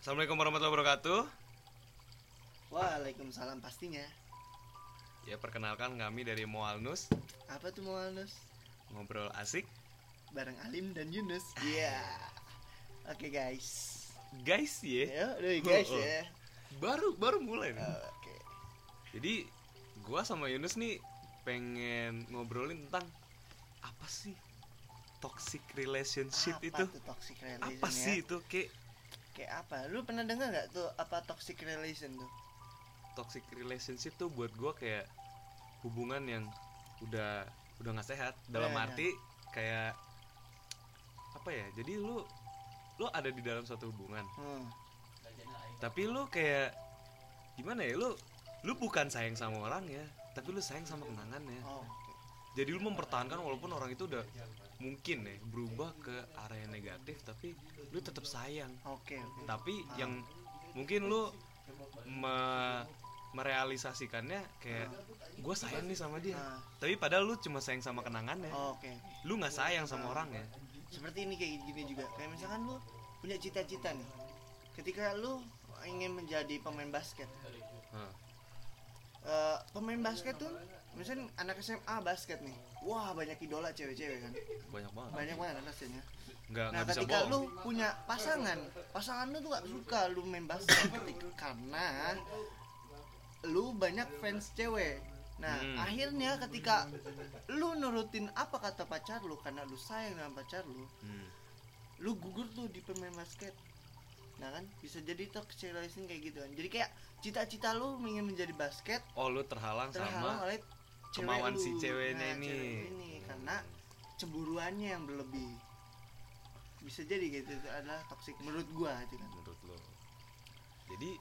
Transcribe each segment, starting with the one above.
Assalamualaikum warahmatullahi wabarakatuh. Waalaikumsalam pastinya. Ya, perkenalkan kami dari Moalnus. Apa tuh Moalnus? Ngobrol asik Bareng Alim dan Yunus. Iya. Oke guys. guys ya. Ya, guys ya. Baru mulai nih. Oke. Jadi gua sama Yunus nih pengen ngobrolin tentang apa sih toxic relationship Apa itu? tuh toxic relation Apa ya? sih itu? Kayak apa? Lu pernah dengar nggak tuh apa toxic relation tuh? Toxic relationship tuh buat gua kayak hubungan yang udah nggak sehat. Dalam Iya. arti kayak apa ya? Jadi lu ada di dalam suatu hubungan. Tapi lu kayak gimana ya, lu bukan sayang sama orang ya, tapi lu sayang sama kenangannya. Oh. Jadi lu mempertahankan walaupun orang itu udah mungkin ya berubah ke arah yang negatif, tapi lu tetap sayang. Oke. Tapi yang mungkin lu merealisasikannya kayak gue sayang nih sama dia, tapi padahal lu cuma sayang sama kenangannya. Oke. Lu nggak sayang sama orangnya. Seperti ini kayak gini juga. Kayak misalkan lu punya cita-cita nih. Ketika lu ingin menjadi pemain basket. Pemain basket tuh misalnya anak SMA basket nih, wah banyak idola cewek-cewek kan, Banyak banyak banget rasanya. nggak bisa Ketika bohong. lu punya pasangan lu tuh gak suka lu main basket karena lu banyak fans cewek. Akhirnya ketika lu nurutin apa kata pacar lu karena lu sayang dengan pacar lu, lu gugur tuh di pemain basket. Nah kan bisa jadi toxic relation kayak gitu kan. Jadi kayak cita-cita lu ingin menjadi basket Oh, lu terhalang sama oleh kemauan lu. si ceweknya ini. Cewek ini karena cemburuannya yang berlebih. Bisa jadi gitu, itu adalah toxic menurut gua itu kan. Menurut lo. Jadi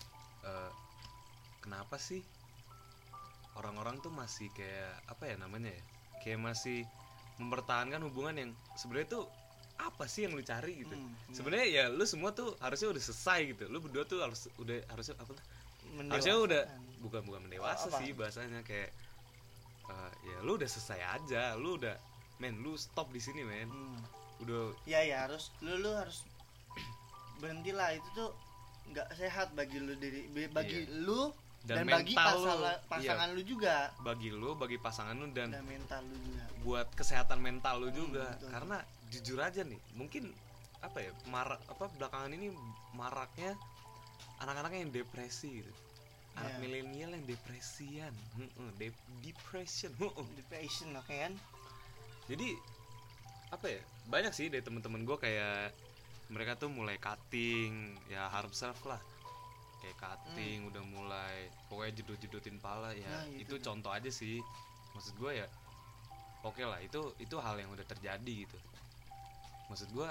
kenapa sih orang-orang tuh masih kayak apa ya namanya ya? Kayak masih mempertahankan hubungan yang sebenarnya tuh apa sih yang lu cari gitu. Sebenarnya ya lu semua tuh harusnya udah selesai gitu. Lu berdua tuh harusnya apa tuh? Harusnya udah bukan mendewasa sih bahasanya, kayak ya lu udah selesai aja. Lu udah lu stop di sini udah. Ya harus lu harus berhentilah, itu tuh nggak sehat bagi lu lu dan bagi pasangan lu juga, bagi lu, bagi pasangan lu, dan mental lu juga, buat kesehatan mental lu juga. Betul. Karena jujur aja nih, mungkin apa ya, belakangan ini maraknya anak-anak yang depresi gitu. Anak milenial yang depresian, depression, oke kan. Jadi apa ya, banyak sih dari teman-teman gue kayak mereka tuh mulai cutting, ya harm self lah, kayak cutting, udah mulai pokoknya jedut-jedutin pala ya. Itu contoh aja sih, maksud gue ya oke lah, itu hal yang udah terjadi gitu. Maksud gue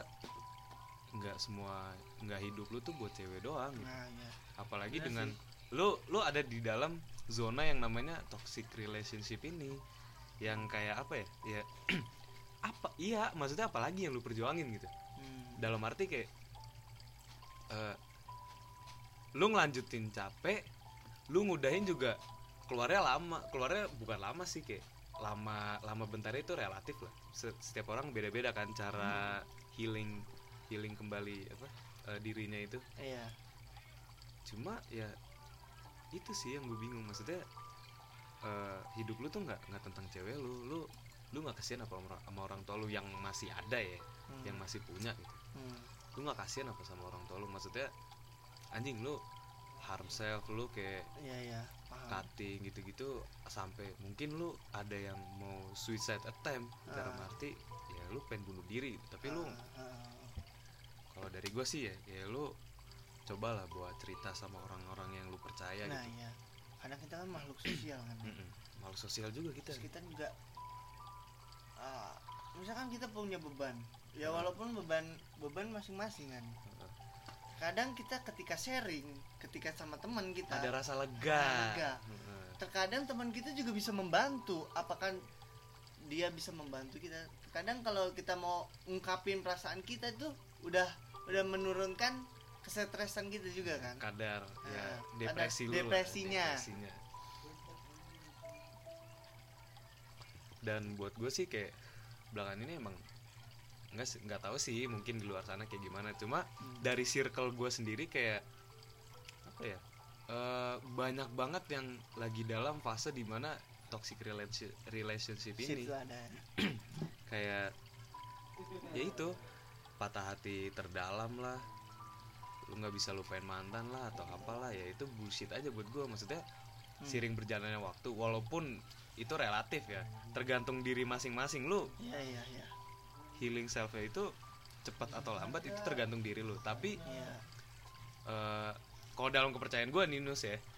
nggak hidup lu tuh buat cewek doang gitu. Apalagi dengan lu ada di dalam zona yang namanya toxic relationship ini, yang kayak apa ya apa iya, maksudnya apalagi yang lu perjuangin gitu. Dalam arti kayak lu ngelanjutin capek, lu ngudahin juga keluarnya bukan lama sih, kayak lama bentar itu relatif lah. Setiap orang beda-beda kan cara healing kembali dirinya itu. Iya. Cuma ya itu sih yang gue bingung, maksudnya hidup lu tuh nggak tentang cewek lu nggak kasihan apa sama orang tua lu yang masih ada ya, yang masih punya gitu. Lu nggak kasihan apa sama orang tua lu? Maksudnya anjing, lu harm self, lu kayak cutting gitu-gitu, sampai mungkin lu ada yang mau suicide attempt, dalam arti ya lu pengen bunuh diri, tapi lu kalau dari gue sih ya lu cobalah buat cerita sama orang-orang yang lu percaya gitu. Iya. Karena kita kan makhluk sosial kan. Makhluk sosial juga kita. Terus kita juga misalkan kita punya beban, ya walaupun beban masing-masing kan. Kadang kita ketika sharing, ketika sama teman kita ada rasa lega. Terkadang teman kita juga bisa membantu. Apakah dia bisa membantu kita? Kadang kalau kita mau ungkapin perasaan kita itu udah menurunkan kesetresan kita juga kan. Kadar ya depresinya. Dan buat gue sih kayak belakangan ini emang nggak tahu sih mungkin di luar sana kayak gimana, cuma dari circle gue sendiri kayak apa ya, banyak banget yang lagi dalam fase dimana toxic relationship ini kayak ya itu patah hati terdalam lah, lu nggak bisa lupain mantan lah atau apalah, ya itu bullshit aja buat gue. Maksudnya seiring berjalannya waktu, walaupun itu relatif ya, tergantung diri masing-masing lu. Iya. Healing self-nya itu cepat atau lambat itu tergantung diri lu. Tapi kalau dalam kepercayaan gue nih Nus ya,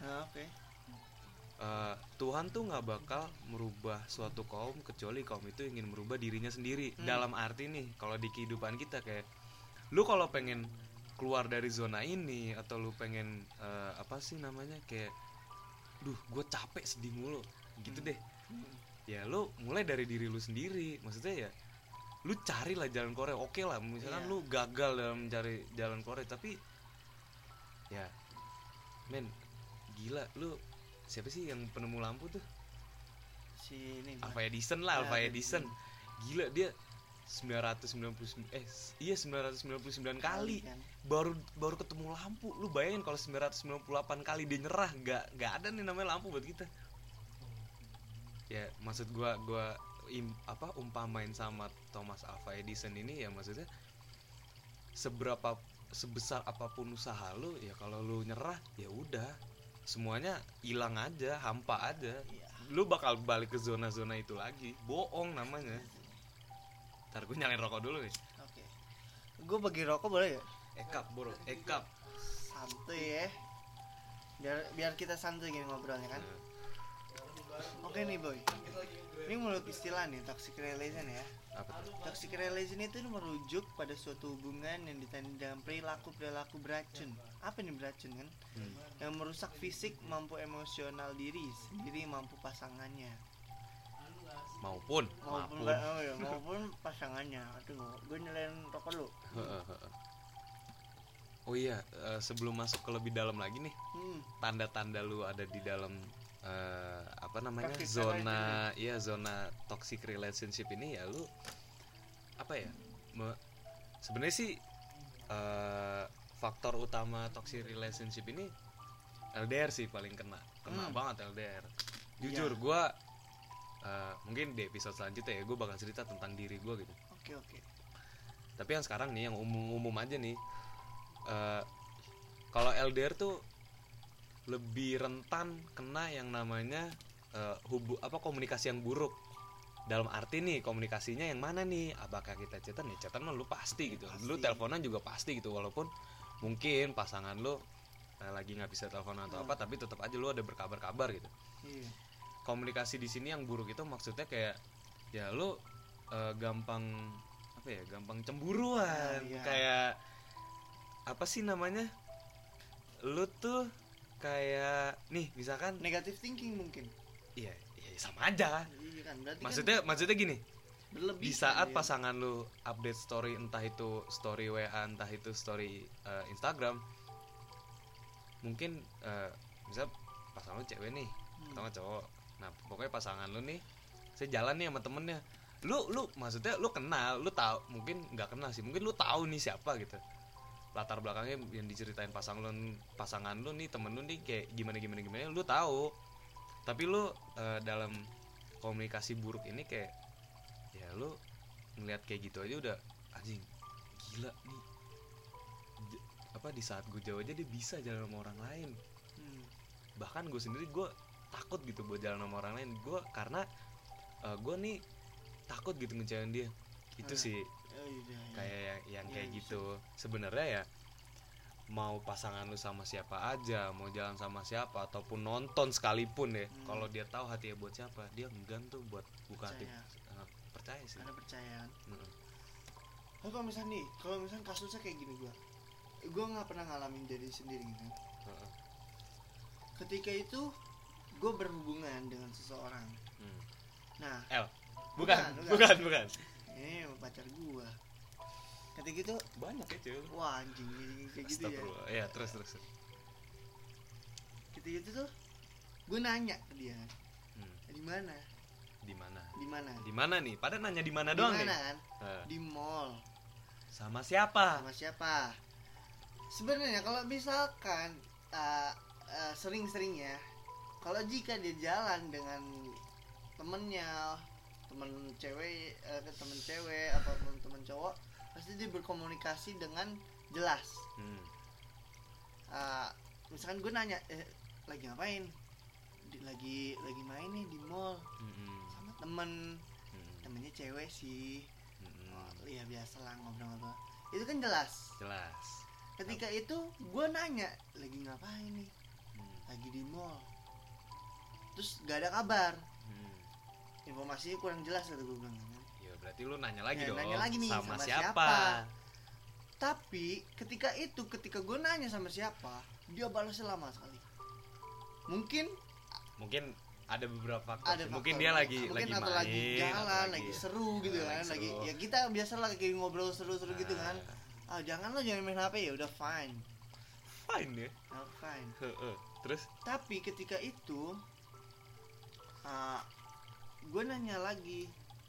Tuhan tuh nggak bakal merubah suatu kaum kecuali kaum itu ingin merubah dirinya sendiri. Dalam arti nih, kalau di kehidupan kita kayak lu kalau pengen keluar dari zona ini atau lu pengen apa sih namanya kayak, gue capek sedih mulu gitu deh. Ya lu mulai dari diri lu sendiri. Maksudnya ya lu carilah jalan keluar. Oke lah, misalkan lu gagal dalam mencari jalan keluar, tapi ya men gila, lu siapa sih yang penemu lampu tuh? Si ini Alva Edison lah, Alva Edison. Gila, dia 999 kali kan? baru ketemu lampu. Lu bayangin kalau 998 kali dia nyerah, enggak ada nih namanya lampu buat kita. Ya, maksud gua umpamain sama Thomas Alva Edison ini ya, maksudnya sebesar apapun usaha lu, ya kalau lu nyerah ya udah, semuanya hilang aja, hampa aja. Lu bakal balik ke zona-zona itu lagi. Bohong namanya. Ntar gue nyalain rokok dulu nih. Oke. Gue bagi rokok boleh ya? Ekap bro, ekap. Santuy ya. Biar kita santuy gini ngobrolnya kan. Oke nih boy. Ini menurut istilah nih toxic relation ya. Apa tuh? Toxic relation itu merujuk pada suatu hubungan yang ditandai dengan perilaku beracun. Apa nih beracun kan? Yang merusak fisik, mampu emosional diri sendiri, mampu pasangannya. Maupun pasangannya. Aduh, gue nyalain rokok dulu. Oh iya, sebelum masuk ke lebih dalam lagi nih, tanda-tanda lu ada di dalam apa namanya zona toxic relationship ini ya, lu apa ya, sebenarnya sih faktor utama toxic relationship ini LDR sih paling kena banget LDR. Jujur gue mungkin di episode selanjutnya ya gue bakal cerita tentang diri gue gitu. Oke. Tapi yang sekarang nih yang umum aja nih, kalau LDR tuh lebih rentan kena yang namanya komunikasi yang buruk. Dalam arti nih, komunikasinya yang mana nih? Apakah kita chatan? Ya chatan mah lu pasti gitu. Lu teleponan juga pasti gitu, walaupun mungkin pasangan lu lagi nggak bisa teleponan atau apa, tapi tetap aja lu ada berkabar-kabar gitu. Komunikasi di sini yang buruk itu maksudnya kayak ya lu gampang cemburuan. Kayak apa sih namanya? Lu tuh kayak nih misalkan negative thinking mungkin. Iya sama aja. Iya kan, maksudnya gini. Berlebih di saat pasangan lu update story, entah itu story WA, entah itu story Instagram, mungkin misal pasangan lu cewek nih atau cowok. Nah, pokoknya pasangan lu nih saya jalan nih sama temennya. Lu maksudnya lu kenal, lu tahu, mungkin nggak kenal sih, mungkin lu tahu nih siapa gitu. Latar belakangnya yang diceritain pasangan lu nih, temen lu nih kayak gimana lu tahu. Tapi lu dalam komunikasi buruk ini kayak ya lu ngeliat kayak gitu aja udah anjing, gila nih. Di saat gue jauh aja dia bisa jalan sama orang lain. Bahkan gue sendiri gue takut gitu buat jalan sama orang lain. Gue karena gue nih takut gitu ngecewain dia. Itu sih kayak yang kayak gitu. Sebenarnya ya mau pasangan lu sama siapa aja, mau jalan sama siapa ataupun nonton sekalipun ya, kalau dia tahu hatinya buat siapa, dia enggan tuh buat buka hati. Percaya sih. Ada percayaan. Tapi kalau misalnya kasusnya kayak gini, gue nggak pernah ngalamin diri sendiri gitu. Ketika itu gue berhubungan dengan seseorang. Nah, bukan. Ini pacar gue. Ketika itu banyak ya cewek. Wah anjing kayak gitu ya. Ya terus. Ketika itu tuh gue nanya ke dia, di mana? Di mana nih? Pada nanya di mana doang nih? Kan? Di mall. Sama siapa? Sebenarnya kalau misalkan sering-sering ya, kalau jika dia jalan dengan temennya, temen cewek atau temen cowok, pasti dia berkomunikasi dengan jelas. Misalkan gue nanya, lagi ngapain? Lagi main nih di mall sama temennya cewek sih. Ya biasa lah ngobrol-ngobrol. Itu kan jelas. Ketika itu gue nanya, lagi ngapain nih? Lagi di mall. Terus gak ada kabar. Informasinya kurang jelas kata gue bilang. Ya berarti lu nanya lagi dong. Nanya lagi nih, sama siapa? Tapi ketika gue nanya sama siapa, dia balasnya lama sekali. Mungkin ada beberapa faktor. Mungkin dia lagi main, lagi jalan, lagi seru gitu kan. Lagi ya kita biasa lagi ngobrol seru-seru gitu kan. Jangan main HP, ya udah fine ya. Fine. Terus? Tapi ketika itu gue nanya lagi.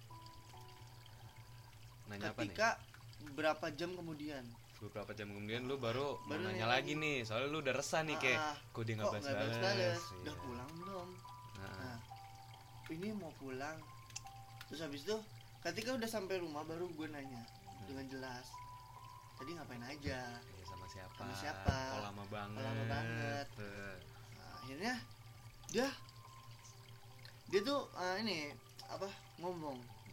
Nanya ketika apa nih? Beberapa jam kemudian lu baru nanya lagi nih, soalnya lu udah resah nih kayak kok dia nggak balas. Udah pulang belum? Ini mau pulang. Terus habis itu ketika udah sampai rumah baru gue nanya dengan jelas, tadi ngapain aja? Sama siapa? Kok lama banget. Akhirnya dia tuh ngomong.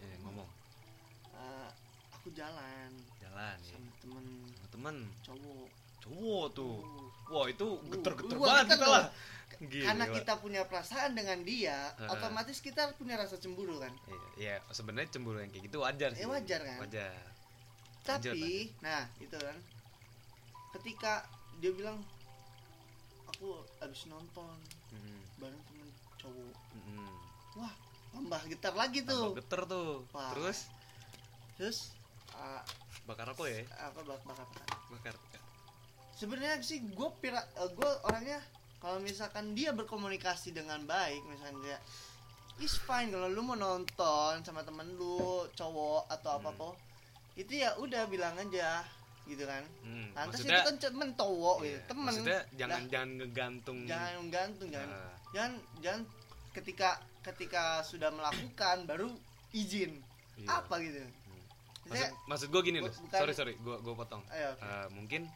Aku jalan sama temen cowok tuh. Wah itu geter-geter banget kita lah. Karena kita punya perasaan dengan dia, otomatis kita punya rasa cemburu kan. Iya, sebenarnya cemburu yang kayak gitu wajar sih. Wajar kan. Tapi itu kan ketika dia bilang aku habis nonton bareng temen cowok. Wah tambah getar lagi tuh. Wah. Terus bakar rokok ya? Bakar. Sebenarnya sih gue orangnya kalau misalkan dia berkomunikasi dengan baik, misalkan dia is fine kalau lu mau nonton sama temen lu cowok atau apapun, itu ya udah bilang aja gitu kan. Lantas itu kan temen cowok gitu, temen. Maksudnya jangan ngegantung. Jangan ketika sudah melakukan baru izin. Apa gitu. Maksud gue gini loh. Sorry, gue potong. Okay. Mungkin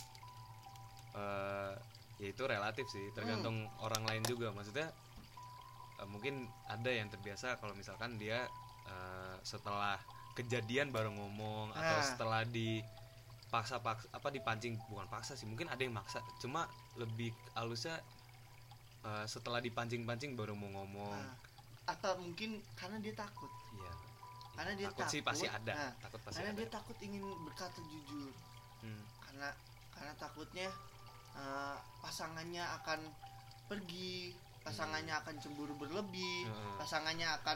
ya itu relatif sih, tergantung orang lain juga. Maksudnya mungkin ada yang terbiasa kalau misalkan dia setelah kejadian baru ngomong, atau setelah dipancing, bukan paksa sih, mungkin ada yang maksa, cuma lebih halusnya setelah dipancing baru mau ngomong. Atau mungkin karena dia takut. Iya. Karena dia takut sih pasti ada. Karena dia takut ingin berkata jujur. Karena takutnya pasangannya akan pergi, pasangannya akan cemburu berlebih, pasangannya akan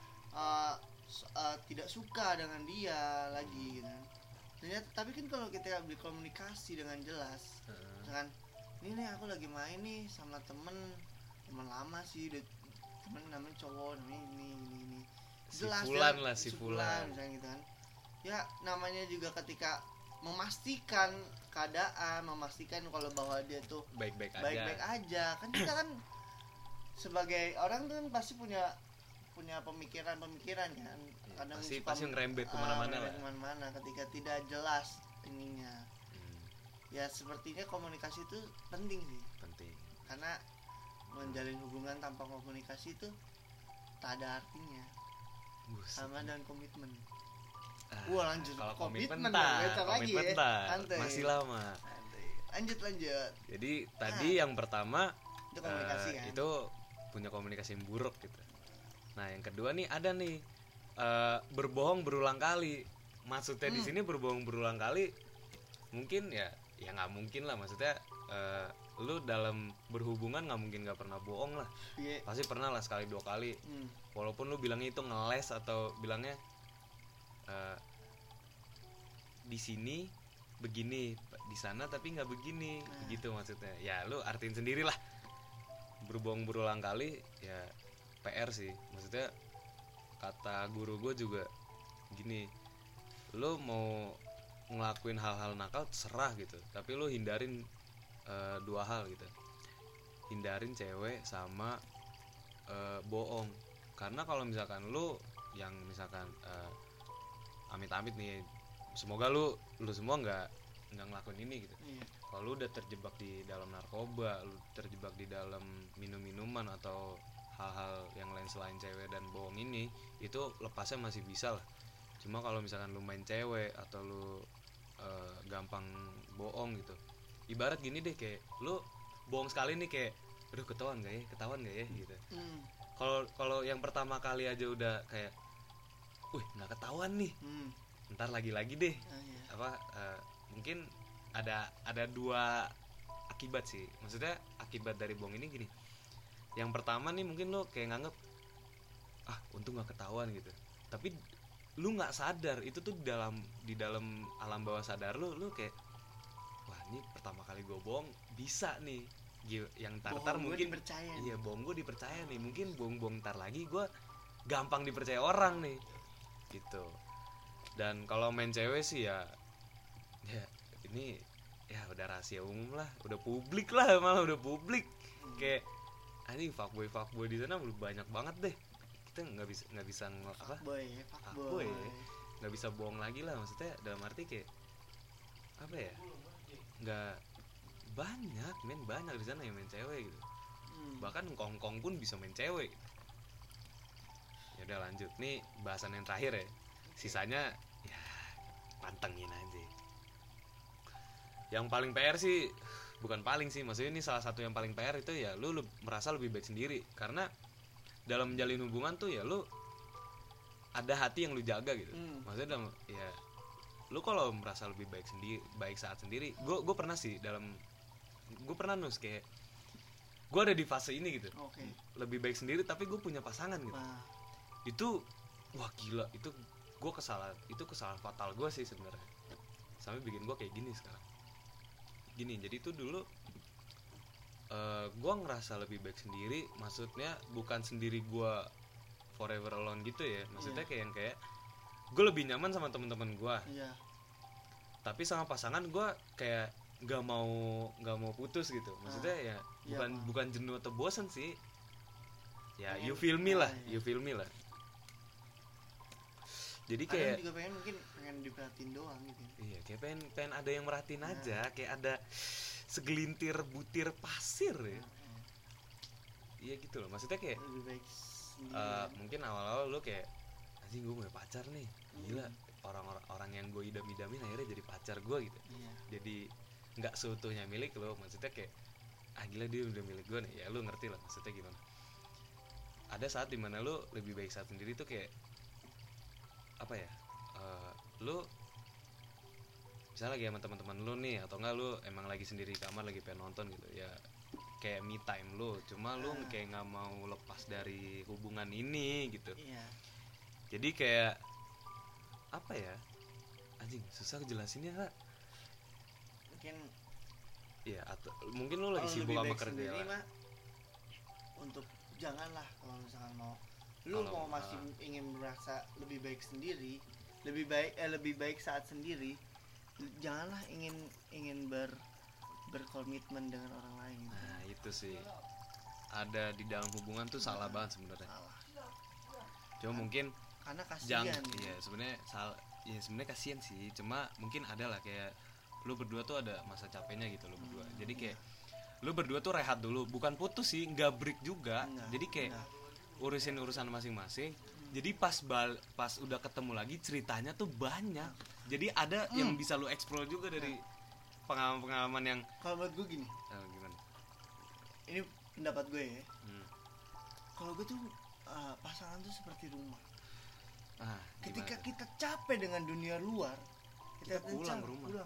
tidak suka dengan dia lagi gitu. Ternyata, tapi kan kalau kita berkomunikasi dengan jelas, misalkan ini nih aku lagi main nih sama temen lama sih, temen namanya cowok, namanya ini jelas si Fulan misalnya gitu kan. Ya namanya juga ketika memastikan keadaan, memastikan kalau bahwa dia tuh baik-baik aja. Kan kita kan sebagai orang tuh kan pasti punya pemikiran kan. Kadang pasti ngerembet kemana-mana ketika tidak jelas ininya. Ya sepertinya komunikasi itu penting sih. Karena menjalin hubungan tanpa komunikasi itu tak ada artinya. Sama dengan komitmen. Lanjut kalau komitmen lagi ya. Masih lama. Lanjut. Jadi tadi yang pertama itu komunikasi kan. Itu punya komunikasi yang buruk gitu. Nah, yang kedua nih ada nih berbohong berulang kali. Maksudnya di sini berbohong berulang kali mungkin ya nggak mungkin lah, maksudnya lu dalam berhubungan nggak mungkin nggak pernah bohong lah. Pasti pernah lah sekali dua kali. Walaupun lu bilangnya itu ngeles atau bilangnya di sini begini, di sana tapi nggak begini, begitu maksudnya. Ya lu artiin sendiri lah. Berbohong berulang kali ya PR sih, maksudnya kata guru gue juga gini, lo mau ngelakuin hal-hal nakal terserah gitu, tapi lo hindarin 2 hal gitu, hindarin cewek sama bohong. Karena kalau misalkan lo yang misalkan amit-amit nih, semoga lu semua nggak ngelakuin ini gitu. Kalau lu udah terjebak di dalam narkoba, lu terjebak di dalam minum-minuman atau hal-hal yang lain selain cewek dan bohong ini, itu lepasnya masih bisa lah. Cuma kalau misalkan lu main cewek atau lu gampang bohong gitu, ibarat gini deh, kayak lu bohong sekali nih kayak aduh ketahuan gak ya gitu. Kalau yang pertama kali aja udah kayak wih nggak ketahuan nih, ntar lagi deh. Mungkin ada 2 akibat sih. Maksudnya akibat dari bohong ini gini, yang pertama nih mungkin lo kayak nganggep untung nggak ketahuan gitu, tapi lu nggak sadar itu tuh di dalam alam bawah sadar lu kayak wah ini pertama kali gue bohong bisa nih yang tar mungkin iya bohong gue dipercaya nih, mungkin bohong tar lagi gue gampang dipercaya orang nih gitu. Dan kalau main cewek sih ya ini ya udah rahasia umum lah, udah publik lah, malah udah publik. Kayak anjing fuckboy di sana banyak banget deh, kita nggak bisa fuckboy nggak bisa bohong lagi lah. Maksudnya dalam arti kayak apa ya, nggak banyak di sana yang main cewek gitu. Bahkan kongkong pun bisa main cewek gitu. Ya udah lanjut nih bahasan yang terakhir ya, sisanya ya pantengin aja. Yang paling PR sih, bukan paling sih, maksudnya ini salah satu yang paling PR itu ya lu merasa lebih baik sendiri. Karena dalam menjalin hubungan tuh ya lu ada hati yang lu jaga gitu. Maksudnya ya lu kalau merasa lebih baik saat sendiri, gue pernah sih gue pernah nus kayak gue ada di fase ini gitu. Lebih baik sendiri tapi gue punya pasangan gitu. Itu wah gila, itu kesalahan fatal gue sih sebenarnya, sampai bikin gue kayak gini sekarang. Jadi tuh dulu gue ngerasa lebih baik sendiri, maksudnya bukan sendiri gue forever alone gitu ya, maksudnya kayak gue lebih nyaman sama teman-teman gue. Tapi sama pasangan gue kayak nggak mau putus gitu, maksudnya bukan jenuh atau bosan sih ya, you feel me lah. Jadi kayak juga pengen diperhatiin doang gitu. Iya, kayak pengen ada yang merhatiin aja, kayak ada segelintir butir pasir ya. Iya gitu loh, maksudnya kayak mungkin awal-awal lo kayak anjing gue punya pacar nih, gila, orang yang gue idam-idamin akhirnya jadi pacar gue gitu. Jadi nggak seutuhnya milik lo, maksudnya kayak gila dia udah milik gue nih, ya lo ngerti lah maksudnya gimana. Ada saat dimana lo lebih baik saat sendiri tuh kayak apa ya, lu misalnya lagi sama teman-teman lu nih, atau enggak lu emang lagi sendiri di kamar lagi pengen nonton gitu ya, kayak me time lu, cuma lu kayak nggak mau lepas dari hubungan ini gitu. Jadi kayak apa ya, anjing susah jelasinnya lah. Mungkin lu lagi sibuk sama kerja lah. Untuk janganlah kalau misalkan mau masih ingin merasa lebih baik sendiri, lebih baik saat sendiri, janganlah ingin berkomitmen dengan orang lain. Nah itu sih ada di dalam hubungan tuh salah banget sebenarnya. Cuma mungkin karena kasihan. Sebenarnya kasihan sih, cuma mungkin ada lah kayak lu berdua tuh ada masa capeknya gitu lu berdua. Jadi kayak lu berdua tuh rehat dulu, bukan putus sih, nggak break juga. Jadi kayak urusan masing-masing. Jadi pas udah ketemu lagi ceritanya tuh banyak. Jadi ada yang bisa lu explore juga dari pengalaman yang. Kalau menurut gue gini. Gimana? Ini pendapat gue ya. Kalau gue tuh pasangan tuh seperti rumah. Ketika kita capek dengan dunia luar, kita pulang ke rumah.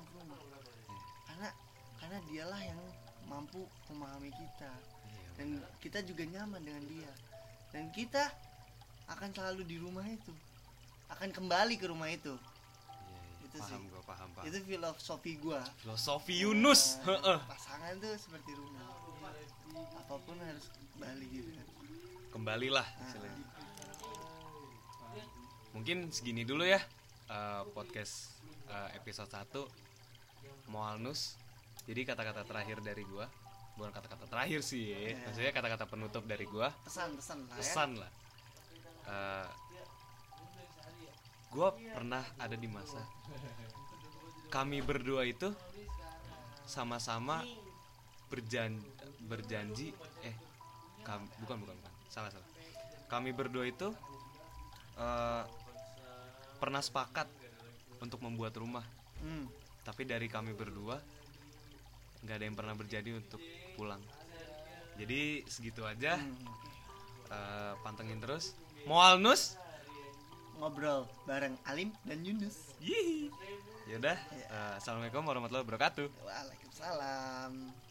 Karena dialah yang mampu memahami kita. Dan kita juga nyaman dengan dia. Dan kita akan selalu di rumah itu, akan kembali ke rumah itu. Itu paham. Itu filosofi gue. Filosofi Yunus. Pasangan tuh seperti rumah. Apapun harus kembali gitu kan. Kembalilah istilahnya. Mungkin segini dulu ya podcast episode 1 Moalnus. Jadi kata-kata terakhir dari gua, bukan kata-kata terakhir sih ya. Maksudnya kata-kata penutup dari gua. Pesan lah. Gua pernah ada di masa kami berdua itu sama-sama berjanji bukan salah. Kami berdua itu pernah sepakat untuk membuat rumah. Tapi dari kami berdua nggak ada yang pernah berjadi untuk pulang. Jadi segitu aja. Pantengin terus Moalnus, ngobrol bareng Alim dan Yunus. Yaudah, assalamualaikum warahmatullahi wabarakatuh. Waalaikumsalam.